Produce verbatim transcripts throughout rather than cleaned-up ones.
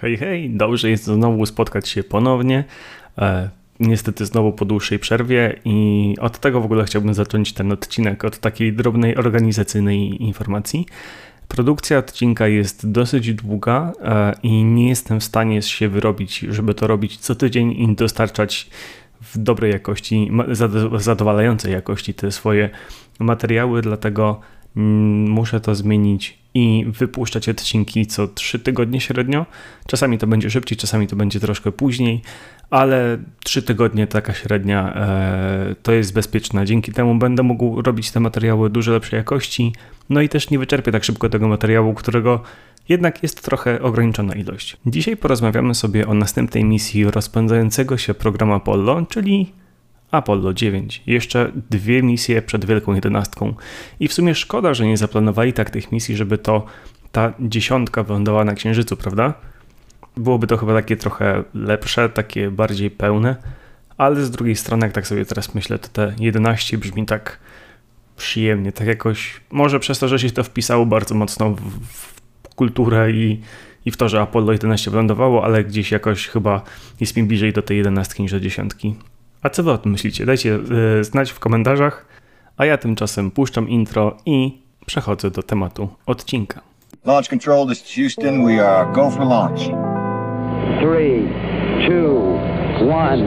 Hej, hej, dobrze jest znowu spotkać się ponownie, e, niestety znowu po dłuższej przerwie i od tego w ogóle chciałbym zacząć ten odcinek, od takiej drobnej organizacyjnej informacji. Produkcja odcinka jest dosyć długa e, i nie jestem w stanie się wyrobić, żeby to robić co tydzień i dostarczać w dobrej jakości, zadowalającej jakości te swoje materiały, dlatego muszę to zmienić i wypuszczać odcinki co trzy tygodnie średnio. Czasami to będzie szybciej, czasami to będzie troszkę później, ale trzy tygodnie taka średnia e, to jest bezpieczna. Dzięki temu będę mógł robić te materiały dużo lepszej jakości, no i też nie wyczerpię tak szybko tego materiału, którego jednak jest trochę ograniczona ilość. Dzisiaj porozmawiamy sobie o następnej misji rozpędzającego się programu Apollo, czyli Apollo dziewięć. Jeszcze dwie misje przed Wielką Jedenastką. I w sumie szkoda, że nie zaplanowali tak tych misji, żeby to ta dziesiątka wylądowała na Księżycu, prawda? Byłoby to chyba takie trochę lepsze, takie bardziej pełne, ale z drugiej strony, jak tak sobie teraz myślę, to te jedenaście brzmi tak przyjemnie, tak jakoś, może przez to, że się to wpisało bardzo mocno w, w kulturę i, i w to, że Apollo jedenaście wylądowało, ale gdzieś jakoś chyba jest mi bliżej do tej jedenastki niż do dziesiątki. A co wy o tym myślicie? Dajcie yy, znać w komentarzach, a ja tymczasem puszczam intro i przechodzę do tematu odcinka. Launch Control, this is Houston. We are go for launch. Three, two, one.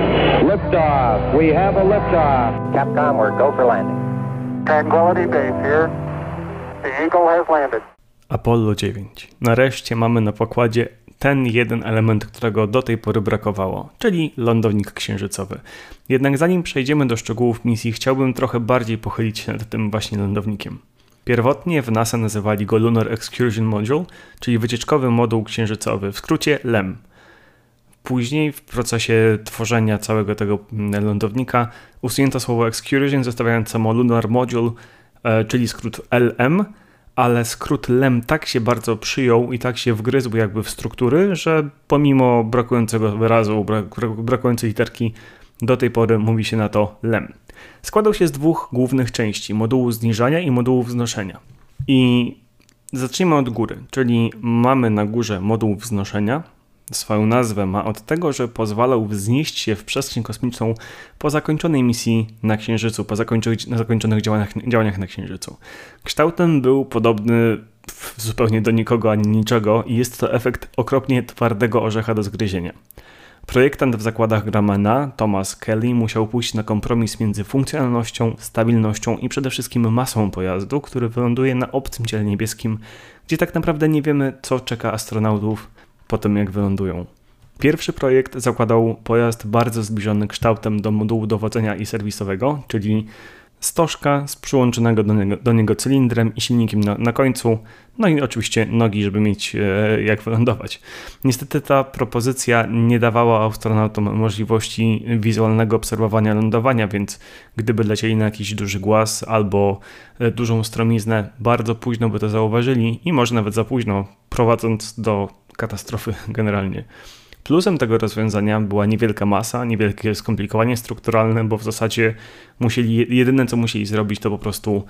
Liftoff. We have a liftoff. Capcom, we're go for landing. Tranquility Base here. The Eagle has landed. Apollo dziewięć. Nareszcie mamy na pokładzie ten jeden element, którego do tej pory brakowało, czyli lądownik księżycowy. Jednak zanim przejdziemy do szczegółów misji, chciałbym trochę bardziej pochylić się nad tym właśnie lądownikiem. Pierwotnie w NASA nazywali go Lunar Excursion Module, czyli wycieczkowy moduł księżycowy, w skrócie L E M. Później w procesie tworzenia całego tego lądownika usunięto słowo excursion, zostawiając samo Lunar Module, czyli skrót L M, ale skrót L E M tak się bardzo przyjął i tak się wgryzł jakby w struktury, że pomimo brakującego wyrazu, brak, brakującej literki, do tej pory mówi się na to L E M. Składał się z dwóch głównych części, modułu zniżania i modułu wznoszenia. I zacznijmy od góry, czyli mamy na górze moduł wznoszenia. Swoją nazwę ma od tego, że pozwalał wznieść się w przestrzeń kosmiczną po zakończonej misji na Księżycu, po zakończonych, zakończonych działaniach, działaniach na Księżycu. Kształtem był podobny zupełnie do nikogo ani niczego i jest to efekt okropnie twardego orzecha do zgryzienia. Projektant w zakładach Grammana, Thomas Kelly, musiał pójść na kompromis między funkcjonalnością, stabilnością i przede wszystkim masą pojazdu, który wyląduje na obcym ciele niebieskim, gdzie tak naprawdę nie wiemy, co czeka astronautów po tym, jak wylądują. Pierwszy projekt zakładał pojazd bardzo zbliżony kształtem do modułu dowodzenia i serwisowego, czyli stożka z przyłączonego do niego, do niego cylindrem i silnikiem na, na końcu, no i oczywiście nogi, żeby mieć e, jak wylądować. Niestety ta propozycja nie dawała astronautom możliwości wizualnego obserwowania lądowania, więc gdyby lecieli na jakiś duży głaz albo e, dużą stromiznę, bardzo późno by to zauważyli i może nawet za późno, prowadząc do katastrofy generalnie. Plusem tego rozwiązania była niewielka masa, niewielkie skomplikowanie strukturalne, bo w zasadzie musieli, jedyne co musieli zrobić to po prostu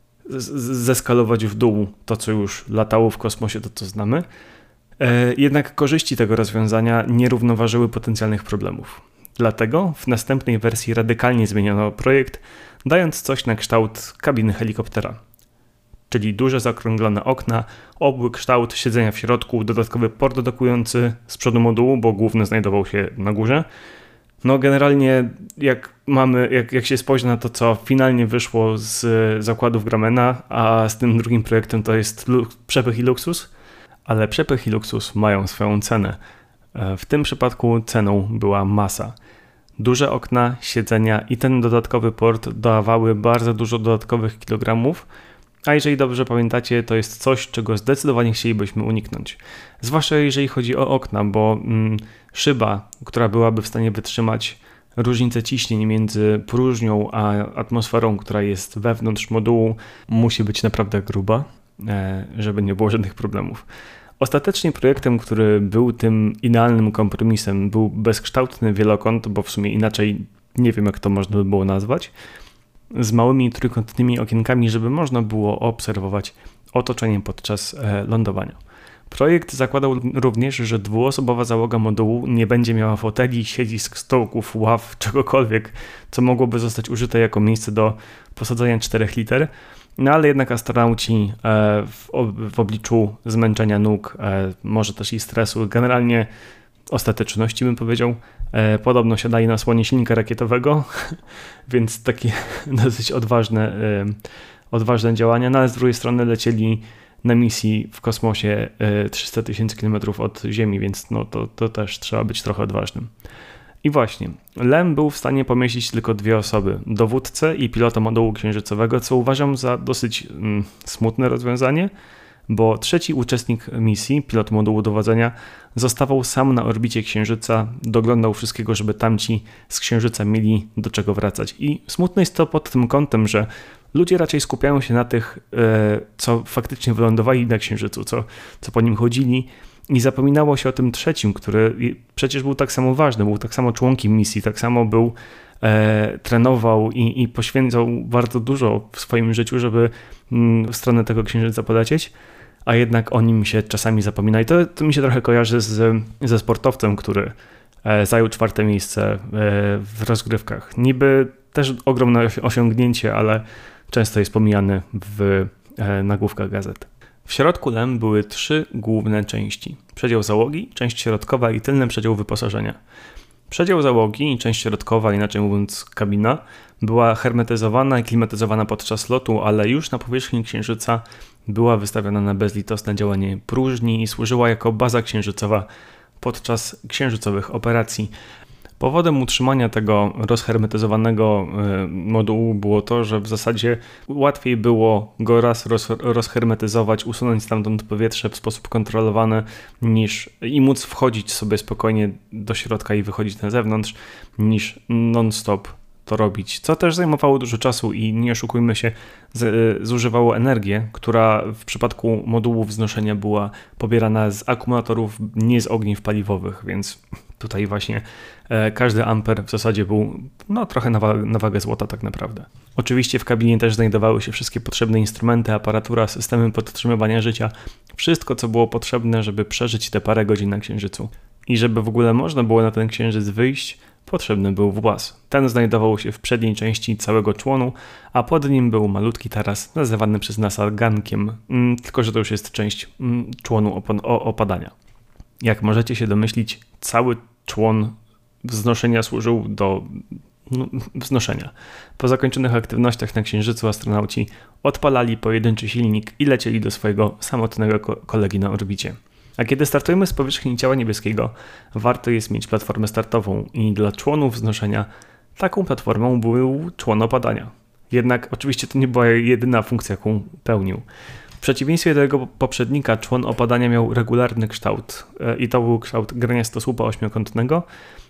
zeskalować w dół to, co już latało w kosmosie, to co znamy. E, jednak korzyści tego rozwiązania nie równoważyły potencjalnych problemów. Dlatego w następnej wersji radykalnie zmieniono projekt, dając coś na kształt kabiny helikoptera. Czyli duże zaokrąglone okna, obły kształt siedzenia w środku, dodatkowy port dokujący z przodu modułu, bo główny znajdował się na górze. No generalnie jak mamy, jak, jak się spojrzy na to, co finalnie wyszło z zakładów Grammana, a z tym drugim projektem to jest luk- przepych i luksus, ale przepych i luksus mają swoją cenę. W tym przypadku ceną była masa. Duże okna, siedzenia i ten dodatkowy port dawały bardzo dużo dodatkowych kilogramów, a jeżeli dobrze pamiętacie, to jest coś, czego zdecydowanie chcielibyśmy uniknąć. Zwłaszcza jeżeli chodzi o okna, bo mm, szyba, która byłaby w stanie wytrzymać różnicę ciśnień między próżnią a atmosferą, która jest wewnątrz modułu, musi być naprawdę gruba, e, żeby nie było żadnych problemów. Ostatecznie projektem, który był tym idealnym kompromisem, był bezkształtny wielokąt, bo w sumie inaczej nie wiem, jak to można by było nazwać, z małymi trójkątnymi okienkami, żeby można było obserwować otoczenie podczas lądowania. Projekt zakładał również, że dwuosobowa załoga modułu nie będzie miała foteli, siedzisk, stołków, ław, czegokolwiek, co mogłoby zostać użyte jako miejsce do posadzenia czterech liter. No ale jednak astronauci w, w obliczu zmęczenia nóg, może też i stresu, generalnie ostateczności bym powiedział, podobno siadali na słonie silnika rakietowego, więc takie dosyć odważne, odważne działania, no ale z drugiej strony lecieli na misji w kosmosie trzysta tysięcy kilometrów od Ziemi, więc no to, to też trzeba być trochę odważnym. I właśnie, Lem był w stanie pomieścić tylko dwie osoby, dowódcę i pilota modułu księżycowego, co uważam za dosyć mm, smutne rozwiązanie, bo trzeci uczestnik misji, pilot modułu dowodzenia, zostawał sam na orbicie Księżyca, doglądał wszystkiego, żeby tamci z Księżyca mieli do czego wracać. I smutne jest to pod tym kątem, że ludzie raczej skupiają się na tych, co faktycznie wylądowali na Księżycu, co, co po nim chodzili, i zapominało się o tym trzecim, który przecież był tak samo ważny, był tak samo członkiem misji, tak samo był, e, trenował i, i poświęcał bardzo dużo w swoim życiu, żeby mm, w stronę tego Księżyca polecieć, a jednak o nim się czasami zapomina. I to, to mi się trochę kojarzy z, ze sportowcem, który e, zajął czwarte miejsce e, w rozgrywkach. Niby też ogromne osiągnięcie, ale często jest pomijany w e, nagłówkach gazet. W środku Lem były trzy główne części. Przedział załogi, część środkowa i tylny przedział wyposażenia. Przedział załogi i część środkowa, inaczej mówiąc kabina, była hermetyzowana i klimatyzowana podczas lotu, ale już na powierzchni Księżyca była wystawiona na bezlitosne działanie próżni i służyła jako baza księżycowa podczas księżycowych operacji. Powodem utrzymania tego rozhermetyzowanego modułu było to, że w zasadzie łatwiej było go raz roz, rozhermetyzować, usunąć stamtąd powietrze w sposób kontrolowany niż i móc wchodzić sobie spokojnie do środka i wychodzić na zewnątrz, niż non-stop to robić, co też zajmowało dużo czasu i nie oszukujmy się, z, zużywało energię, która w przypadku modułu wznoszenia była pobierana z akumulatorów, nie z ogniw paliwowych, więc tutaj właśnie e, każdy amper w zasadzie był no, trochę na, wa- na wagę złota tak naprawdę. Oczywiście w kabinie też znajdowały się wszystkie potrzebne instrumenty, aparatura, systemy podtrzymywania życia, wszystko co było potrzebne, żeby przeżyć te parę godzin na Księżycu. I żeby w ogóle można było na ten Księżyc wyjść, potrzebny był włas. Ten znajdował się w przedniej części całego członu, a pod nim był malutki taras nazywany przez NASA gankiem, mm, tylko że to już jest część mm, członu op- o- opadania. Jak możecie się domyślić, cały człon wznoszenia służył do no, wznoszenia. Po zakończonych aktywnościach na Księżycu astronauci odpalali pojedynczy silnik i lecieli do swojego samotnego ko- kolegi na orbicie. A kiedy startujemy z powierzchni ciała niebieskiego, warto jest mieć platformę startową i dla członów wznoszenia taką platformą był człon opadania. Jednak oczywiście to nie była jedyna funkcja, jaką pełnił. W przeciwieństwie do jego poprzednika człon opadania miał regularny kształt i to był kształt graniastosłupa ośmiokątnego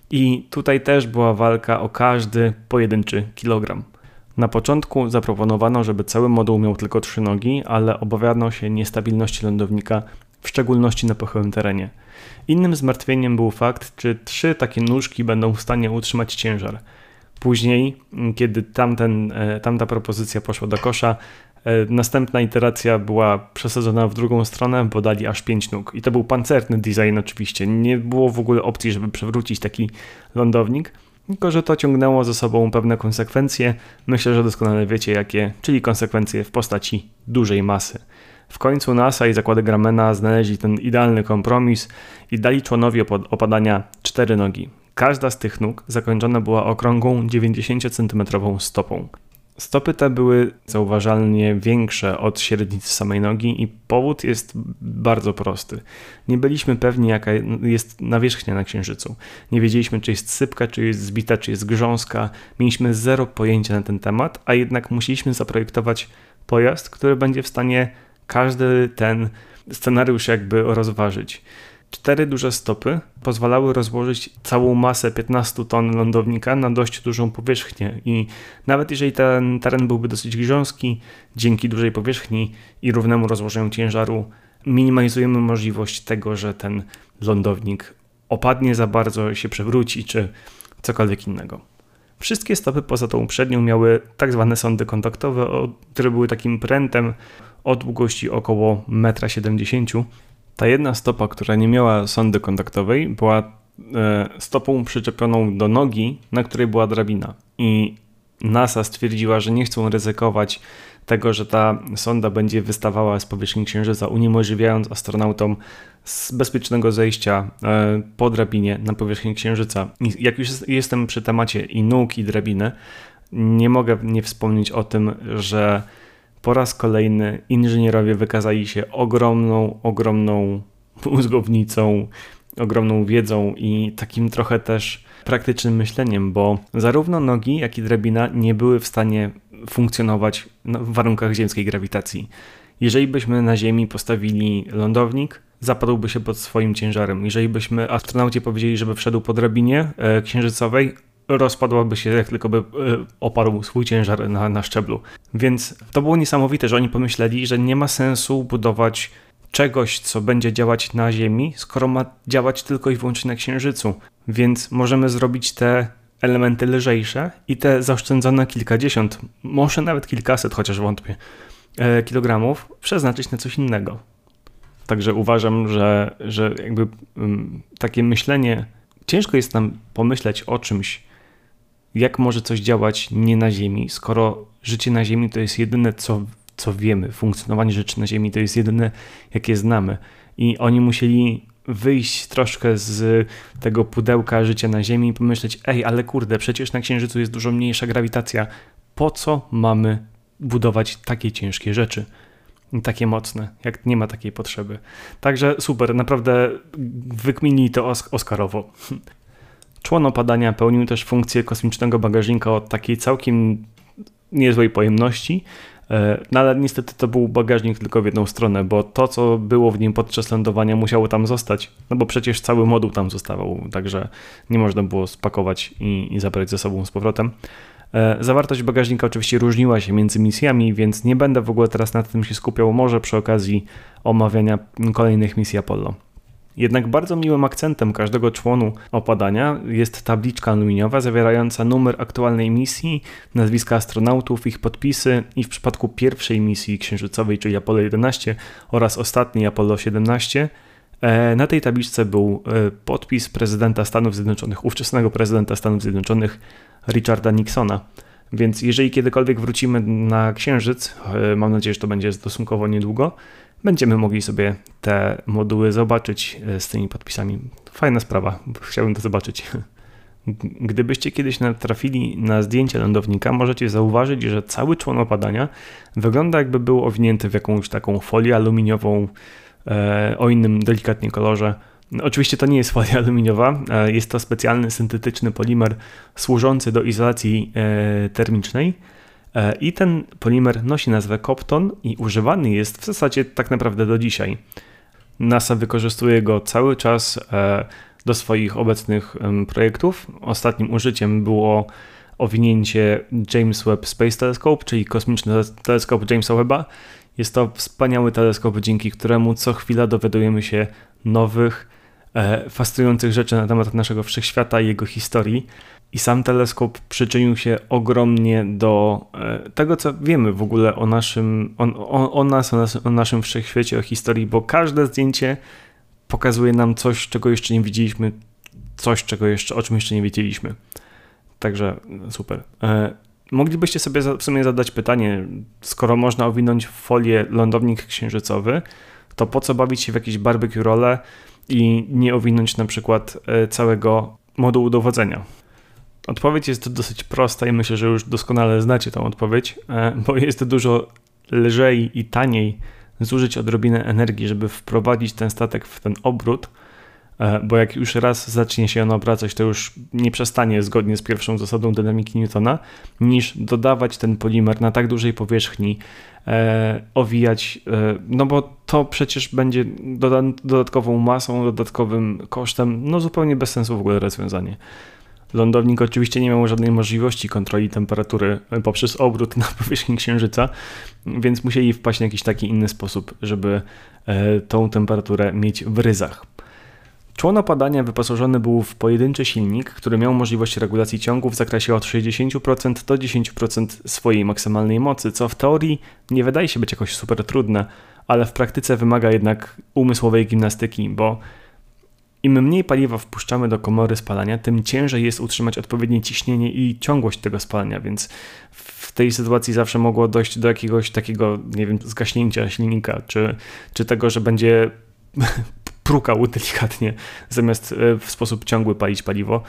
i tutaj też była walka o każdy pojedynczy kilogram. Na początku zaproponowano, żeby cały moduł miał tylko trzy nogi, ale obawiano się niestabilności lądownika, w szczególności na pochyłym terenie. Innym zmartwieniem był fakt, czy trzy takie nóżki będą w stanie utrzymać ciężar. Później, kiedy tamten, tamta propozycja poszła do kosza, następna iteracja była przesadzona w drugą stronę, bo dali aż pięć nóg. I to był pancerny design oczywiście. Nie było w ogóle opcji, żeby przewrócić taki lądownik, tylko że to ciągnęło ze sobą pewne konsekwencje. Myślę, że doskonale wiecie jakie, czyli konsekwencje w postaci dużej masy. W końcu NASA i zakłady Grammena znaleźli ten idealny kompromis i dali członowi opadania cztery nogi. Każda z tych nóg zakończona była okrągłą dziewięćdziesięciocentymetrową stopą. Stopy te były zauważalnie większe od średnicy samej nogi i powód jest bardzo prosty. Nie byliśmy pewni, jaka jest nawierzchnia na Księżycu. Nie wiedzieliśmy, czy jest sypka, czy jest zbita, czy jest grząska. Mieliśmy zero pojęcia na ten temat, a jednak musieliśmy zaprojektować pojazd, który będzie w stanie każdy ten scenariusz jakby rozważyć. Cztery duże stopy pozwalały rozłożyć całą masę piętnaście ton lądownika na dość dużą powierzchnię i nawet jeżeli ten teren byłby dosyć grząski, dzięki dużej powierzchni i równemu rozłożeniu ciężaru minimalizujemy możliwość tego, że ten lądownik opadnie za bardzo, się przewróci czy cokolwiek innego. Wszystkie stopy poza tą przednią miały tak zwane sondy kontaktowe, które były takim prętem o długości około jeden przecinek siedemdziesiąt metra Ta jedna stopa, która nie miała sondy kontaktowej, była e, stopą przyczepioną do nogi, na której była drabina. I NASA stwierdziła, że nie chcą ryzykować tego, że ta sonda będzie wystawała z powierzchni Księżyca, uniemożliwiając astronautom z bezpiecznego zejścia e, po drabinie na powierzchnię Księżyca. I jak już jestem przy temacie i nóg, i drabiny, nie mogę nie wspomnieć o tym, że po raz kolejny inżynierowie wykazali się ogromną, ogromną mózgownicą, ogromną wiedzą i takim trochę też praktycznym myśleniem, bo zarówno nogi, jak i drabina nie były w stanie funkcjonować w warunkach ziemskiej grawitacji. Jeżeli byśmy na Ziemi postawili lądownik, zapadłby się pod swoim ciężarem. Jeżeli byśmy astronaucie powiedzieli, żeby wszedł po drabinie e, księżycowej, rozpadłaby się, jak tylko by oparł swój ciężar na, na szczeblu. Więc to było niesamowite, że oni pomyśleli, że nie ma sensu budować czegoś, co będzie działać na Ziemi, skoro ma działać tylko i wyłącznie na Księżycu. Więc możemy zrobić te elementy lżejsze i te zaoszczędzone kilkadziesiąt, może nawet kilkaset, chociaż wątpię, kilogramów przeznaczyć na coś innego. Także uważam, że, że jakby um, takie myślenie, ciężko jest nam pomyśleć o czymś, jak może coś działać nie na Ziemi, skoro życie na Ziemi to jest jedyne, co, co wiemy. Funkcjonowanie rzeczy na Ziemi to jest jedyne, jakie znamy. I oni musieli wyjść troszkę z tego pudełka życia na Ziemi i pomyśleć, ej, ale kurde, przecież na Księżycu jest dużo mniejsza grawitacja. Po co mamy budować takie ciężkie rzeczy? I takie mocne, jak nie ma takiej potrzeby. Także super, naprawdę wykminili to os- Oscarowo. Człon opadania pełnił też funkcję kosmicznego bagażnika o takiej całkiem niezłej pojemności, no ale niestety to był bagażnik tylko w jedną stronę, bo to, co było w nim podczas lądowania, musiało tam zostać, no bo przecież cały moduł tam zostawał, także nie można było spakować i, i zabrać ze sobą z powrotem. Zawartość bagażnika oczywiście różniła się między misjami, więc nie będę w ogóle teraz nad tym się skupiał, może przy okazji omawiania kolejnych misji Apollo. Jednak bardzo miłym akcentem każdego członu opadania jest tabliczka aluminiowa zawierająca numer aktualnej misji, nazwiska astronautów, ich podpisy i w przypadku pierwszej misji księżycowej, czyli Apollo jedenaście oraz ostatniej Apollo siedemnaście, na tej tabliczce był podpis prezydenta Stanów Zjednoczonych, ówczesnego prezydenta Stanów Zjednoczonych Richarda Nixona. Więc jeżeli kiedykolwiek wrócimy na Księżyc, mam nadzieję, że to będzie stosunkowo niedługo, będziemy mogli sobie te moduły zobaczyć z tymi podpisami. Fajna sprawa, chciałbym to zobaczyć. Gdybyście kiedyś natrafili na zdjęcie lądownika, możecie zauważyć, że cały człon opadania wygląda, jakby był owinięty w jakąś taką folię aluminiową e, o innym delikatnie kolorze. Oczywiście to nie jest folia aluminiowa, e, jest to specjalny syntetyczny polimer służący do izolacji e, termicznej. I ten polimer nosi nazwę Copton i używany jest w zasadzie tak naprawdę do dzisiaj. NASA wykorzystuje go cały czas do swoich obecnych projektów. Ostatnim użyciem było owinięcie James Webb Space Telescope, czyli kosmiczny teleskop Jamesa Webba. Jest to wspaniały teleskop, dzięki któremu co chwila dowiadujemy się nowych, fascynujących rzeczy na temat naszego wszechświata i jego historii. I sam teleskop przyczynił się ogromnie do tego, co wiemy w ogóle o naszym, o, o, o nas, o, nas, o naszym wszechświecie, o historii, bo każde zdjęcie pokazuje nam coś, czego jeszcze nie widzieliśmy, coś, czego jeszcze, o czym jeszcze nie wiedzieliśmy. Także super. E, moglibyście sobie za, w sumie zadać pytanie, skoro można owinąć w folię lądownik księżycowy, to po co bawić się w jakieś barbecue role i nie owinąć na przykład e, całego modułu dowodzenia? Odpowiedź jest dosyć prosta i myślę, że już doskonale znacie tą odpowiedź, bo jest dużo lżej i taniej zużyć odrobinę energii, żeby wprowadzić ten statek w ten obrót, bo jak już raz zacznie się on obracać, to już nie przestanie zgodnie z pierwszą zasadą dynamiki Newtona, niż dodawać ten polimer na tak dużej powierzchni, e, owijać, e, no bo to przecież będzie doda- dodatkową masą, dodatkowym kosztem, no zupełnie bez sensu w ogóle rozwiązanie. Lądownik oczywiście nie miał żadnej możliwości kontroli temperatury poprzez obrót na powierzchni Księżyca, więc musieli wpaść na jakiś taki inny sposób, żeby e, tą temperaturę mieć w ryzach. Człon opadania wyposażony był w pojedynczy silnik, który miał możliwość regulacji ciągu w zakresie od sześćdziesiąt procent do dziesięć procent swojej maksymalnej mocy, co w teorii nie wydaje się być jakoś super trudne, ale w praktyce wymaga jednak umysłowej gimnastyki, bo im mniej paliwa wpuszczamy do komory spalania, tym ciężej jest utrzymać odpowiednie ciśnienie i ciągłość tego spalania, więc w tej sytuacji zawsze mogło dojść do jakiegoś takiego, nie wiem, zgaśnięcia silnika, czy, czy tego, że będzie prukał delikatnie, zamiast w sposób ciągły palić paliwo.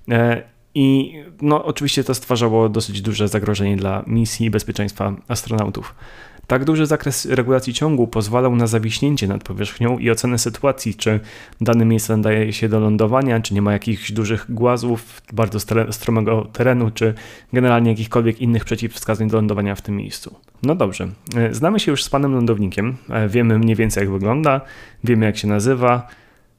I no, oczywiście to stwarzało dosyć duże zagrożenie dla misji i bezpieczeństwa astronautów. Tak duży zakres regulacji ciągu pozwalał na zawiśnięcie nad powierzchnią i ocenę sytuacji, czy dane miejsce nadaje się do lądowania, czy nie ma jakichś dużych głazów, bardzo stromego terenu, czy generalnie jakichkolwiek innych przeciwwskazań do lądowania w tym miejscu. No dobrze, znamy się już z panem lądownikiem, wiemy mniej więcej jak wygląda, wiemy jak się nazywa.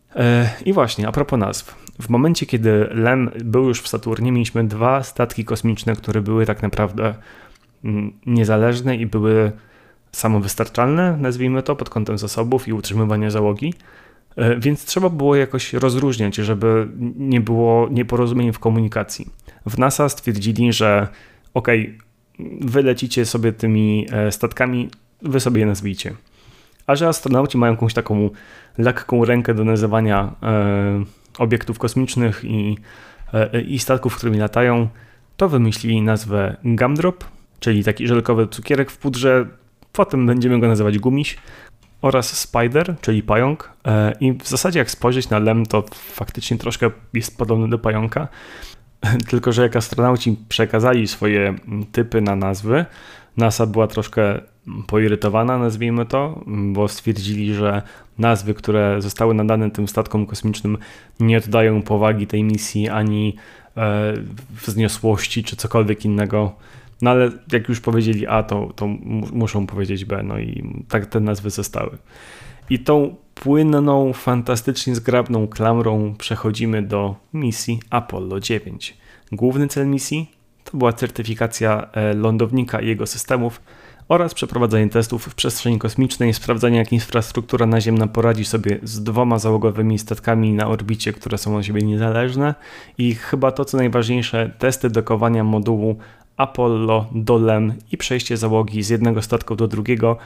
I właśnie, a propos nazw. W momencie, kiedy Lem był już w Saturnie, mieliśmy dwa statki kosmiczne, które były tak naprawdę niezależne i były samowystarczalne, nazwijmy to, pod kątem zasobów i utrzymywania załogi, więc trzeba było jakoś rozróżniać, żeby nie było nieporozumień w komunikacji. W NASA stwierdzili, że okej, wy lecicie sobie tymi statkami, wy sobie je nazwijcie. A że astronauci mają jakąś taką lekką rękę do nazywania e, obiektów kosmicznych i, e, i statków, którymi latają, to wymyślili nazwę Gumdrop, czyli taki żelkowy cukierek w pudrze, potem będziemy go nazywać Gumiś, oraz Spider, czyli pająk. E, I w zasadzie jak spojrzeć na Lem, to faktycznie troszkę jest podobny do pająka, tylko że jak astronauci przekazali swoje typy na nazwy, NASA była troszkę poirytowana, nazwijmy to, bo stwierdzili, że nazwy, które zostały nadane tym statkom kosmicznym, nie oddają powagi tej misji ani e, wzniosłości czy cokolwiek innego. No ale jak już powiedzieli A, to, to muszą powiedzieć B, no i tak te nazwy zostały. I tą płynną, fantastycznie zgrabną klamrą przechodzimy do misji Apollo dziewięć. Główny cel misji to była certyfikacja lądownika i jego systemów oraz przeprowadzenie testów w przestrzeni kosmicznej, sprawdzanie jak infrastruktura naziemna poradzi sobie z dwoma załogowymi statkami na orbicie, które są od siebie niezależne i chyba to co najważniejsze, testy dokowania modułu Apollo do Lem i przejście załogi z jednego statku do drugiego.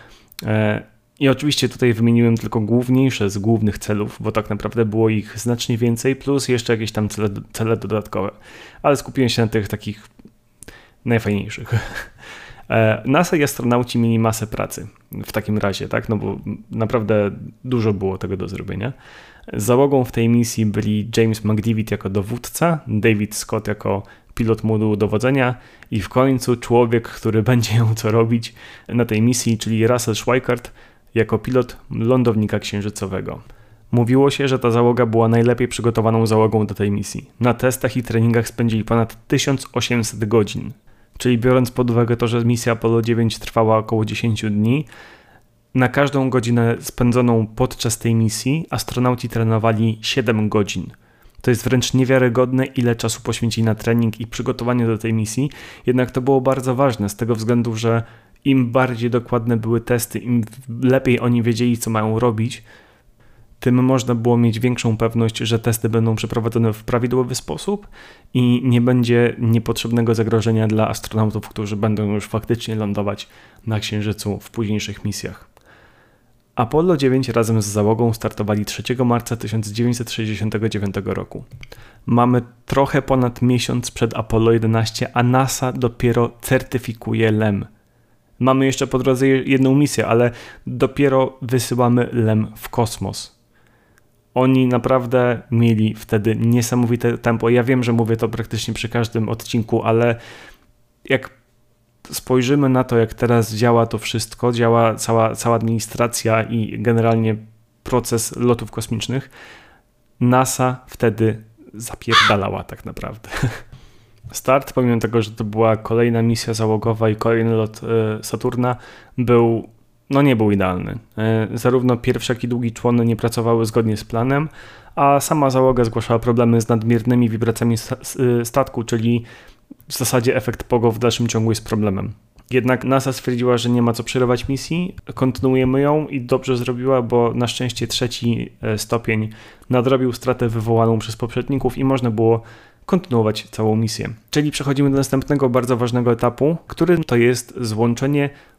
I oczywiście tutaj wymieniłem tylko główniejsze z głównych celów, bo tak naprawdę było ich znacznie więcej, plus jeszcze jakieś tam cele, cele dodatkowe. Ale skupiłem się na tych takich najfajniejszych. NASA i astronauci mieli masę pracy w takim razie, tak? No bo naprawdę dużo było tego do zrobienia. Załogą w tej misji byli James McDivitt jako dowódca, David Scott jako pilot modułu dowodzenia i w końcu człowiek, który będzie ją co robić na tej misji, czyli Russell Schweickart jako pilot lądownika księżycowego. Mówiło się, że ta załoga była najlepiej przygotowaną załogą do tej misji. Na testach i treningach spędzili ponad tysiąc osiemset godzin. Czyli biorąc pod uwagę to, że misja Apollo dziewięć trwała około dziesięć dni, na każdą godzinę spędzoną podczas tej misji astronauci trenowali siedem godzin. To jest wręcz niewiarygodne, ile czasu poświęcili na trening i przygotowanie do tej misji, jednak to było bardzo ważne z tego względu, że im bardziej dokładne były testy, im lepiej oni wiedzieli, co mają robić, tym można było mieć większą pewność, że testy będą przeprowadzone w prawidłowy sposób i nie będzie niepotrzebnego zagrożenia dla astronautów, którzy będą już faktycznie lądować na Księżycu w późniejszych misjach. Apollo dziewięć razem z załogą startowali trzeciego marca tysiąc dziewięćset sześćdziesiątego dziewiątego roku. Mamy trochę ponad miesiąc przed Apollo jedenaście, a NASA dopiero certyfikuje Lem. Mamy jeszcze po drodze jedną misję, ale dopiero wysyłamy Lem w kosmos. Oni naprawdę mieli wtedy niesamowite tempo. Ja wiem, że mówię to praktycznie przy każdym odcinku, ale jak spojrzymy na to, jak teraz działa to wszystko, działa cała, cała administracja i generalnie proces lotów kosmicznych, NASA wtedy zapierdalała tak naprawdę. Start, pomimo tego, że to była kolejna misja załogowa i kolejny lot Saturna, był, no nie był idealny. Zarówno pierwszy, jak i drugi człony nie pracowały zgodnie z planem, a sama załoga zgłaszała problemy z nadmiernymi wibracjami statku, czyli w zasadzie efekt Pogo w dalszym ciągu jest problemem. Jednak NASA stwierdziła, że nie ma co przerywać misji, kontynuujemy ją i dobrze zrobiła, bo na szczęście trzeci stopień nadrobił stratę wywołaną przez poprzedników i można było kontynuować całą misję. Czyli przechodzimy do następnego bardzo ważnego etapu, którym to jest złączenie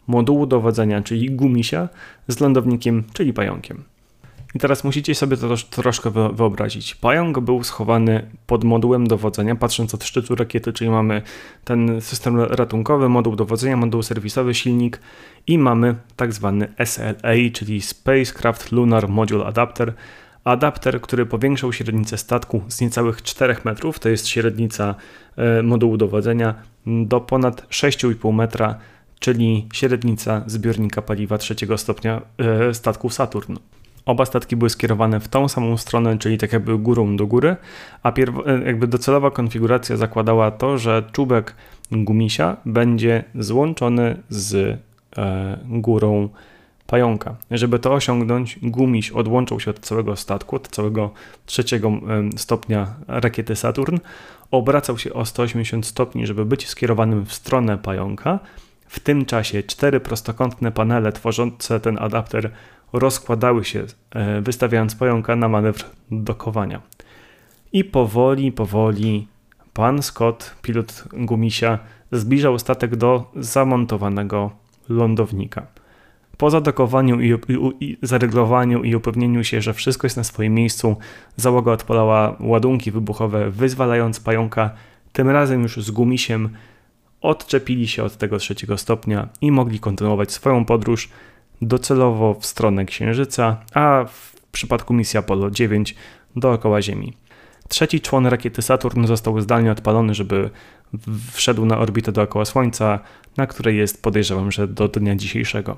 modułu dowodzenia, czyli Gumisia, z lądownikiem, czyli pająkiem. I teraz musicie sobie to troszkę wyobrazić. Pająk był schowany pod modułem dowodzenia, patrząc od szczytu rakiety, czyli mamy ten system ratunkowy, moduł dowodzenia, moduł serwisowy, silnik i mamy tak zwany S L A, czyli Spacecraft Lunar Module Adapter. Adapter, który powiększał średnicę statku z niecałych czterech metrów, to jest średnica e, modułu dowodzenia, do ponad sześć i pół metra, czyli średnica zbiornika paliwa trzeciego stopnia e, statku Saturn. Oba statki były skierowane w tą samą stronę, czyli tak jakby górą do góry, a pierw- jakby docelowa konfiguracja zakładała to, że czubek Gumisia będzie złączony z e, górą pająka. Żeby to osiągnąć, Gumiś odłączał się od całego statku, od całego trzeciego e, stopnia rakiety Saturn, obracał się o sto osiemdziesiąt stopni, żeby być skierowanym w stronę pająka. W tym czasie cztery prostokątne panele tworzące ten adapter rozkładały się, wystawiając pająka na manewr dokowania. I powoli, powoli pan Scott, pilot Gumisia, zbliżał statek do zamontowanego lądownika. Po zadokowaniu i, i, i zareglowaniu i upewnieniu się, że wszystko jest na swoim miejscu, załoga odpalała ładunki wybuchowe, wyzwalając pająka. Tym razem już z Gumisiem odczepili się od tego trzeciego stopnia i mogli kontynuować swoją podróż docelowo w stronę Księżyca, a w przypadku misji Apollo dziewięć dookoła Ziemi. Trzeci człon rakiety Saturn został zdalnie odpalony, żeby wszedł na orbitę dookoła Słońca, na której jest, podejrzewam, że do dnia dzisiejszego.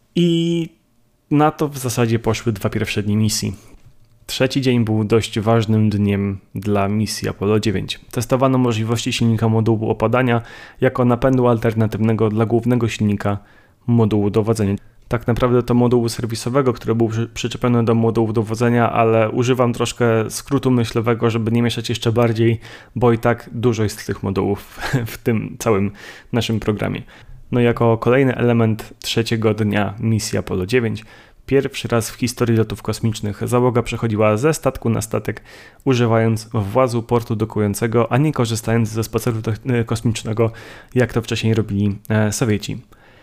I na to w zasadzie poszły dwa pierwsze dni misji. Trzeci dzień był dość ważnym dniem dla misji Apollo dziewięć. Testowano możliwości silnika modułu opadania jako napędu alternatywnego dla głównego silnika modułu dowodzenia. Tak naprawdę to modułu serwisowego, który był przyczepiony do modułu dowodzenia, ale używam troszkę skrótu myślowego, żeby nie mieszać jeszcze bardziej, bo i tak dużo jest tych modułów w tym całym naszym programie. No i jako kolejny element trzeciego dnia misji Apollo dziewięć, pierwszy raz w historii lotów kosmicznych załoga przechodziła ze statku na statek, używając włazu portu dokującego, a nie korzystając ze spaceru kosmicznego, jak to wcześniej robili Sowieci.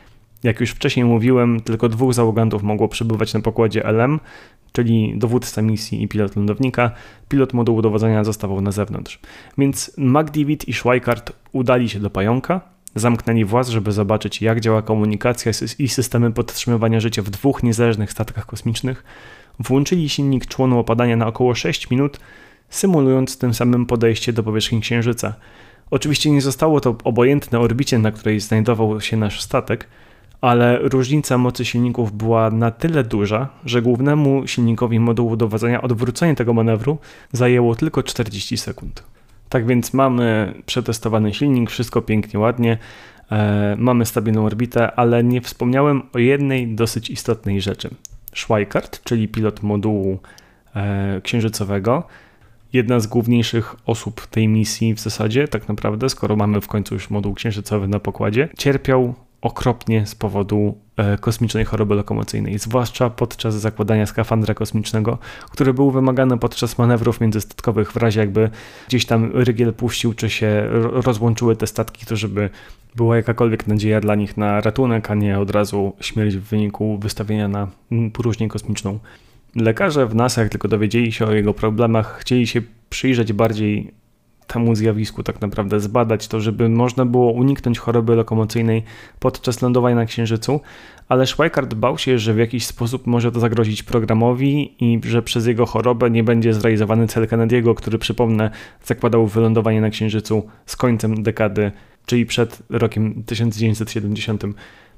Jak już wcześniej mówiłem, tylko dwóch załogantów mogło przebywać na pokładzie L M, czyli dowódca misji i pilot lądownika. Pilot modułu dowodzenia zostawał na zewnątrz. Więc McDivitt i Schweikart udali się do pająka, zamknęli właz, żeby zobaczyć, jak działa komunikacja i systemy podtrzymywania życia w dwóch niezależnych statkach kosmicznych. Włączyli silnik członu opadania na około sześć minut, symulując tym samym podejście do powierzchni Księżyca. Oczywiście nie zostało to obojętne orbicie, na której znajdował się nasz statek, ale różnica mocy silników była na tyle duża, że głównemu silnikowi modułu dowodzenia odwrócenie tego manewru zajęło tylko czterdzieści sekund. Tak więc mamy przetestowany silnik, wszystko pięknie, ładnie, e, mamy stabilną orbitę, ale nie wspomniałem o jednej dosyć istotnej rzeczy. Schweikart, czyli pilot modułu e, księżycowego, jedna z główniejszych osób tej misji w zasadzie, tak naprawdę, skoro mamy w końcu już moduł księżycowy na pokładzie, cierpiał okropnie z powodu e, kosmicznej choroby lokomocyjnej, zwłaszcza podczas zakładania skafandra kosmicznego, który był wymagany podczas manewrów międzystatkowych, w razie jakby gdzieś tam rygiel puścił, czy się rozłączyły te statki, to żeby była jakakolwiek nadzieja dla nich na ratunek, a nie od razu śmierć w wyniku wystawienia na próżnię kosmiczną. Lekarze w NASA, jak tylko dowiedzieli się o jego problemach, chcieli się przyjrzeć bardziej temu zjawisku, tak naprawdę zbadać to, żeby można było uniknąć choroby lokomocyjnej podczas lądowania na Księżycu, ale Schweikart bał się, że w jakiś sposób może to zagrozić programowi i że przez jego chorobę nie będzie zrealizowany cel Kennedy'ego, który, przypomnę, zakładał wylądowanie na Księżycu z końcem dekady, czyli przed rokiem tysiąc dziewięćset siedemdziesiątym.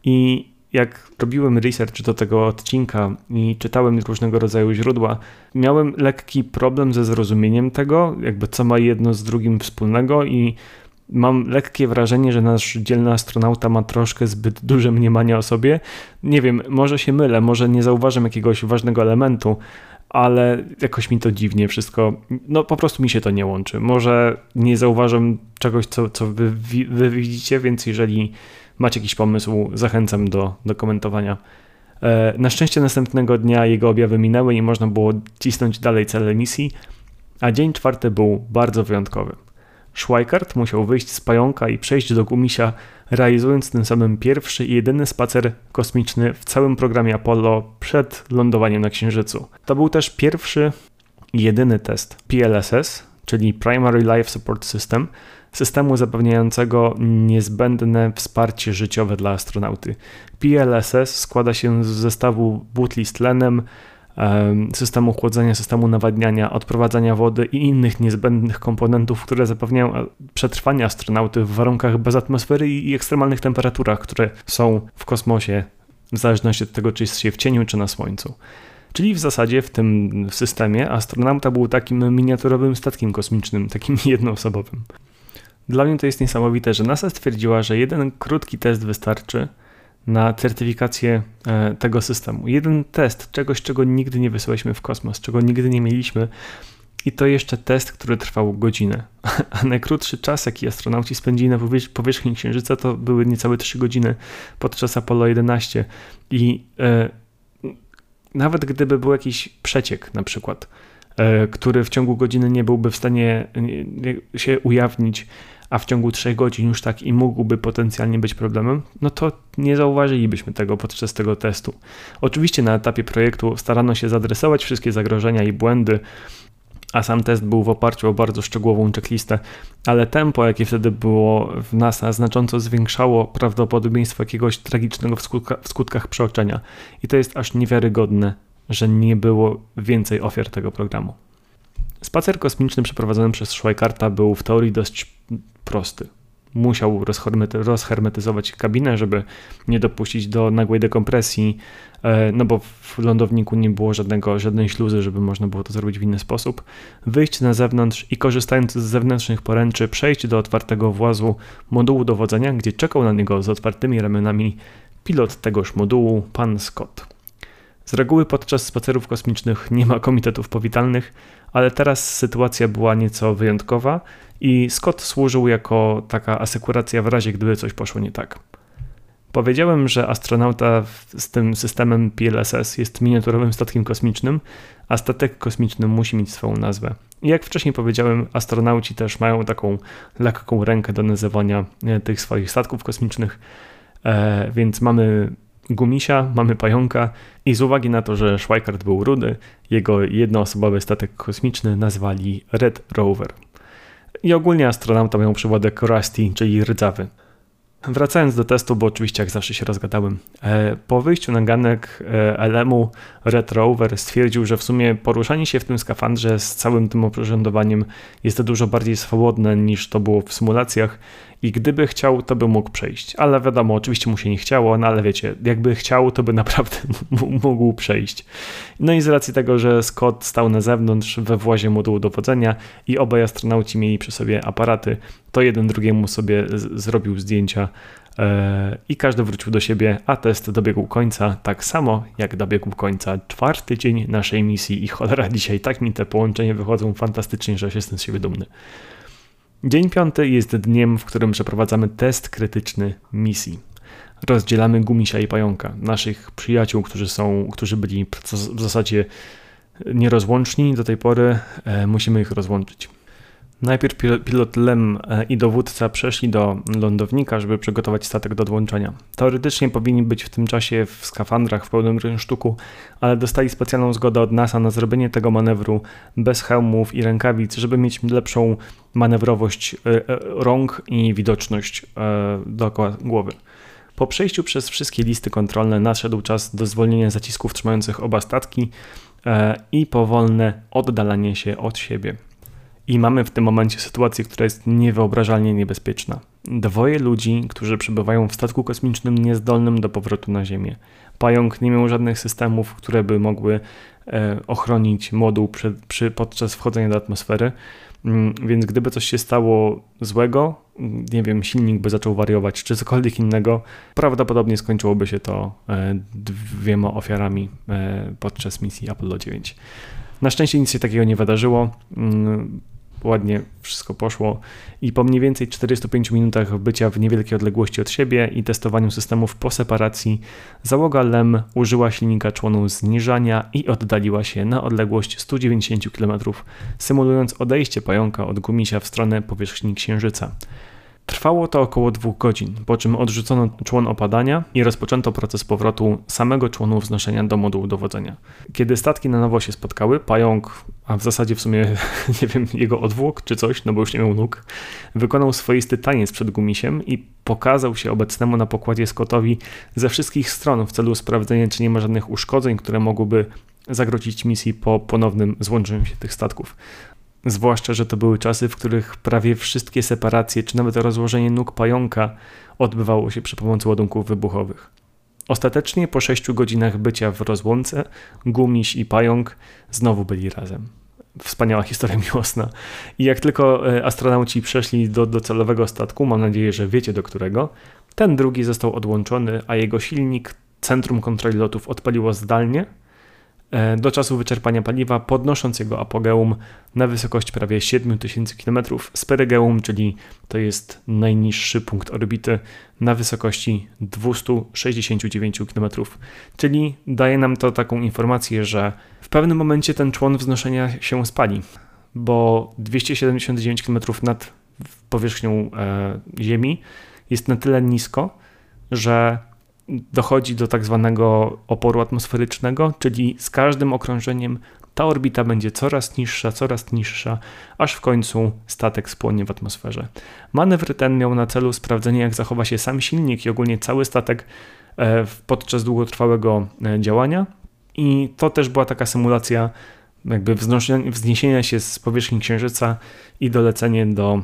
I jak robiłem research do tego odcinka i czytałem różnego rodzaju źródła, miałem lekki problem ze zrozumieniem tego, jakby co ma jedno z drugim wspólnego, i mam lekkie wrażenie, że nasz dzielny astronauta ma troszkę zbyt duże mniemanie o sobie. Nie wiem, może się mylę, może nie zauważam jakiegoś ważnego elementu, ale jakoś mi to dziwnie wszystko, no po prostu mi się to nie łączy. Może nie zauważam czegoś, co, co wy, wy widzicie, więc jeżeli macie jakiś pomysł, zachęcam do, do komentowania. E, na szczęście następnego dnia jego objawy minęły i można było cisnąć dalej cele misji, a dzień czwarty był bardzo wyjątkowy. Schweikart musiał wyjść z pająka i przejść do Gumisia, realizując tym samym pierwszy i jedyny spacer kosmiczny w całym programie Apollo przed lądowaniem na Księżycu. To był też pierwszy i jedyny test P L S S, czyli Primary Life Support System, systemu zapewniającego niezbędne wsparcie życiowe dla astronauty. P L S S składa się z zestawu butli z tlenem, systemu chłodzenia, systemu nawadniania, odprowadzania wody i innych niezbędnych komponentów, które zapewniają przetrwanie astronauty w warunkach bez atmosfery i ekstremalnych temperaturach, które są w kosmosie, w zależności od tego, czy jest się w cieniu, czy na słońcu. Czyli w zasadzie w tym systemie astronauta był takim miniaturowym statkiem kosmicznym, takim jednoosobowym. Dla mnie to jest niesamowite, że NASA stwierdziła, że jeden krótki test wystarczy na certyfikację e, tego systemu. Jeden test czegoś, czego nigdy nie wysyłaliśmy w kosmos, czego nigdy nie mieliśmy i to jeszcze test, który trwał godzinę. A najkrótszy czas, jaki astronauci spędzili na powierzch- powierzchni Księżyca, to były niecałe trzy godziny podczas Apollo jedenaście. I e, nawet gdyby był jakiś przeciek na przykład, e, który w ciągu godziny nie byłby w stanie nie, nie, się ujawnić, a w ciągu trzech godzin już tak i mógłby potencjalnie być problemem, no to nie zauważylibyśmy tego podczas tego testu. Oczywiście na etapie projektu starano się zadresować wszystkie zagrożenia i błędy, a sam test był w oparciu o bardzo szczegółową checklistę, ale tempo, jakie wtedy było w NASA, znacząco zwiększało prawdopodobieństwo jakiegoś tragicznego w, skutka, w skutkach przeoczenia. I to jest aż niewiarygodne, że nie było więcej ofiar tego programu. Spacer kosmiczny przeprowadzony przez Schweikarta był w teorii dość prosty. Musiał rozhermetyzować kabinę, żeby nie dopuścić do nagłej dekompresji, no bo w lądowniku nie było żadnego, żadnej śluzy, żeby można było to zrobić w inny sposób. Wyjść na zewnątrz i korzystając z zewnętrznych poręczy przejść do otwartego włazu modułu dowodzenia, gdzie czekał na niego z otwartymi ramionami pilot tegoż modułu, pan Scott. Z reguły podczas spacerów kosmicznych nie ma komitetów powitalnych, ale teraz sytuacja była nieco wyjątkowa i Scott służył jako taka asekuracja w razie, gdyby coś poszło nie tak. Powiedziałem, że astronauta z tym systemem P L S S jest miniaturowym statkiem kosmicznym, a statek kosmiczny musi mieć swoją nazwę. I jak wcześniej powiedziałem, astronauci też mają taką lekką rękę do nazywania tych swoich statków kosmicznych, e, więc mamy Gumisia, mamy pająka i z uwagi na to, że Schweikart był rudy, jego jednoosobowy statek kosmiczny nazwali Red Rover. I ogólnie astronauta miał przywodek Rusty, czyli rdzawy. Wracając do testu, bo oczywiście jak zawsze się rozgadałem, po wyjściu na ganek L M-u Red Rover stwierdził, że w sumie poruszanie się w tym skafandrze z całym tym oprzyrządowaniem jest dużo bardziej swobodne niż to było w symulacjach i gdyby chciał, to by mógł przejść. Ale wiadomo, oczywiście mu się nie chciało, no ale wiecie, jakby chciał, to by naprawdę mógł przejść. No i z racji tego, że Scott stał na zewnątrz we włazie modułu dowodzenia i obaj astronauci mieli przy sobie aparaty, to jeden drugiemu sobie z- zrobił zdjęcia yy, i każdy wrócił do siebie, a test dobiegł końca tak samo, jak dobiegł końca czwarty dzień naszej misji i cholera, dzisiaj tak mi te połączenia wychodzą fantastycznie, że jestem z siebie dumny. Dzień piąty jest dniem, w którym przeprowadzamy test krytyczny misji. Rozdzielamy Gumisia i Pająka, naszych przyjaciół, którzy są, którzy byli w zasadzie nierozłączni do tej pory, e, musimy ich rozłączyć. Najpierw pilot Lem i dowódca przeszli do lądownika, żeby przygotować statek do odłączenia. Teoretycznie powinni być w tym czasie w skafandrach w pełnym rynsztuku, ale dostali specjalną zgodę od NASA na zrobienie tego manewru bez hełmów i rękawic, żeby mieć lepszą manewrowość rąk i widoczność dookoła głowy. Po przejściu przez wszystkie listy kontrolne nadszedł czas do zwolnienia zacisków trzymających oba statki i powolne oddalanie się od siebie. I mamy w tym momencie sytuację, która jest niewyobrażalnie niebezpieczna. Dwoje ludzi, którzy przebywają w statku kosmicznym niezdolnym do powrotu na Ziemię. Pająk nie miał żadnych systemów, które by mogły e, ochronić moduł przy, przy, podczas wchodzenia do atmosfery, mm, więc gdyby coś się stało złego, nie wiem, silnik by zaczął wariować, czy cokolwiek innego, prawdopodobnie skończyłoby się to e, dwiema ofiarami e, podczas misji Apollo dziewięć. Na szczęście nic się takiego nie wydarzyło. ładnie wszystko poszło i po mniej więcej czterdziestu pięciu minutach bycia w niewielkiej odległości od siebie i testowaniu systemów po separacji, załoga Lem użyła silnika członu zniżania i oddaliła się na odległość stu dziewięćdziesięciu kilometrów, symulując odejście pająka od Gumisia w stronę powierzchni Księżyca. Trwało to około dwóch godzin, po czym odrzucono człon opadania i rozpoczęto proces powrotu samego członu wznoszenia do modułu dowodzenia. Kiedy statki na nowo się spotkały, pająk, a w zasadzie w sumie nie wiem, jego odwłok czy coś, no bo już nie miał nóg, wykonał swoisty taniec przed Gumisiem i pokazał się obecnemu na pokładzie Scottowi ze wszystkich stron w celu sprawdzenia, czy nie ma żadnych uszkodzeń, które mogłyby zagrozić misji po ponownym złączeniu się tych statków. Zwłaszcza, że to były czasy, w których prawie wszystkie separacje, czy nawet rozłożenie nóg pająka odbywało się przy pomocy ładunków wybuchowych. Ostatecznie po sześciu godzinach bycia w rozłące, Gumiś i pająk znowu byli razem. Wspaniała historia miłosna. I jak tylko astronauci przeszli do docelowego statku, mam nadzieję, że wiecie do którego, ten drugi został odłączony, a jego silnik Centrum Kontroli Lotów odpaliło zdalnie do czasu wyczerpania paliwa, podnosząc jego apogeum na wysokość prawie siedmiu tysięcy kilometrów z perygeum, czyli to jest najniższy punkt orbity, na wysokości dwieście sześćdziesiąt dziewięć kilometrów. Czyli daje nam to taką informację, że w pewnym momencie ten człon wznoszenia się spali, bo dwieście siedemdziesiąt dziewięć kilometrów nad powierzchnią e, Ziemi jest na tyle nisko, że dochodzi do tak zwanego oporu atmosferycznego, czyli z każdym okrążeniem ta orbita będzie coraz niższa, coraz niższa, aż w końcu statek spłonie w atmosferze. Manewr ten miał na celu sprawdzenie, jak zachowa się sam silnik i ogólnie cały statek podczas długotrwałego działania i to też była taka symulacja jakby wzniesienia się z powierzchni Księżyca i dolecenie do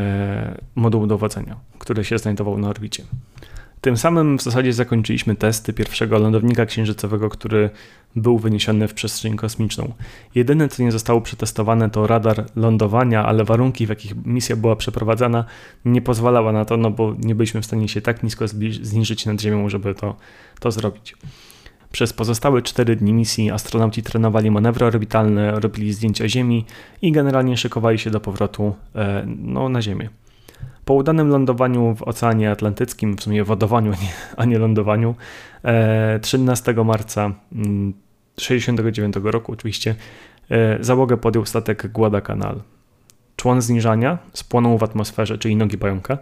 e, modułu dowodzenia, który się znajdował na orbicie. Tym samym w zasadzie zakończyliśmy testy pierwszego lądownika księżycowego, który był wyniesiony w przestrzeń kosmiczną. Jedyne, co nie zostało przetestowane, to radar lądowania, ale warunki, w jakich misja była przeprowadzana, nie pozwalała na to, no bo nie byliśmy w stanie się tak nisko zniżyć nad Ziemią, żeby to, to zrobić. Przez pozostałe cztery dni misji astronauci trenowali manewry orbitalne, robili zdjęcia Ziemi i generalnie szykowali się do powrotu e, no, na Ziemię. Po udanym lądowaniu w Oceanie Atlantyckim, w sumie wodowaniu, a nie, a nie lądowaniu, e, trzynastego marca tysiąc dziewięćset sześćdziesiątego dziewiątego roku oczywiście, e, załogę podjął statek Guadalcanal. Człon zniżania spłonął w atmosferze, czyli nogi pająka,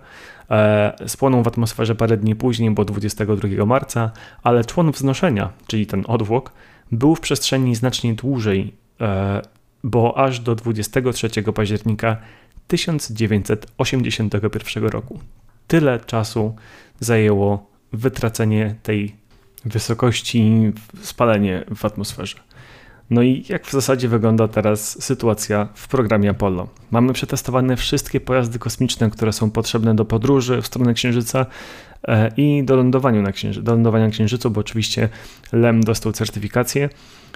e, spłonął w atmosferze parę dni później, bo dwudziestego drugiego marca, ale człon wznoszenia, czyli ten odwłok, był w przestrzeni znacznie dłużej, e, bo aż do dwudziestego trzeciego października tysiąc dziewięćset osiemdziesiątego pierwszego roku. Tyle czasu zajęło wytracenie tej wysokości, spalenie w atmosferze. No i jak w zasadzie wygląda teraz sytuacja w programie Apollo? Mamy przetestowane wszystkie pojazdy kosmiczne, które są potrzebne do podróży w stronę Księżyca i do lądowania na Księżycu, do lądowania na Księżycu, bo oczywiście Lem dostał certyfikację.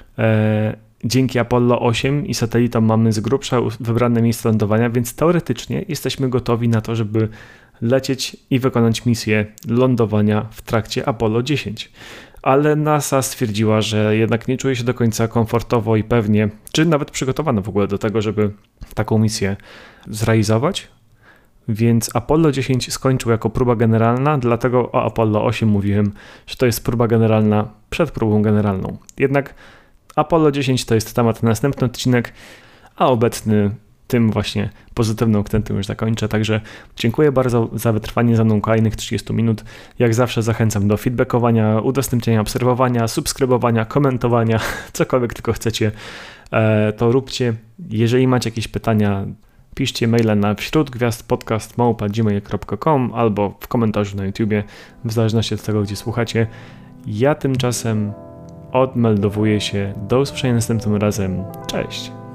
Dzięki Apollo osiem i satelitom mamy z grubsza wybrane miejsce lądowania, więc teoretycznie jesteśmy gotowi na to, żeby lecieć i wykonać misję lądowania w trakcie Apollo dziesięć. Ale NASA stwierdziła, że jednak nie czuje się do końca komfortowo i pewnie, czy nawet przygotowana w ogóle do tego, żeby taką misję zrealizować. Więc Apollo dziesięć skończył jako próba generalna, dlatego o Apollo osiem mówiłem, że to jest próba generalna przed próbą generalną. Jednak Apollo dziesięć to jest temat na następny odcinek, a obecny tym właśnie pozytywnym akcentem już zakończę. Także dziękuję bardzo za wytrwanie za mną kolejnych trzydzieści minut. Jak zawsze zachęcam do feedbackowania, udostępniania, obserwowania, subskrybowania, komentowania, cokolwiek tylko chcecie, to róbcie. Jeżeli macie jakieś pytania, piszcie maile na wśródgwiazdpodcast małpa gmail kropka com albo w komentarzu na YouTubie, w zależności od tego, gdzie słuchacie. Ja tymczasem odmeldowuję się. Do usłyszenia następnym razem. Cześć!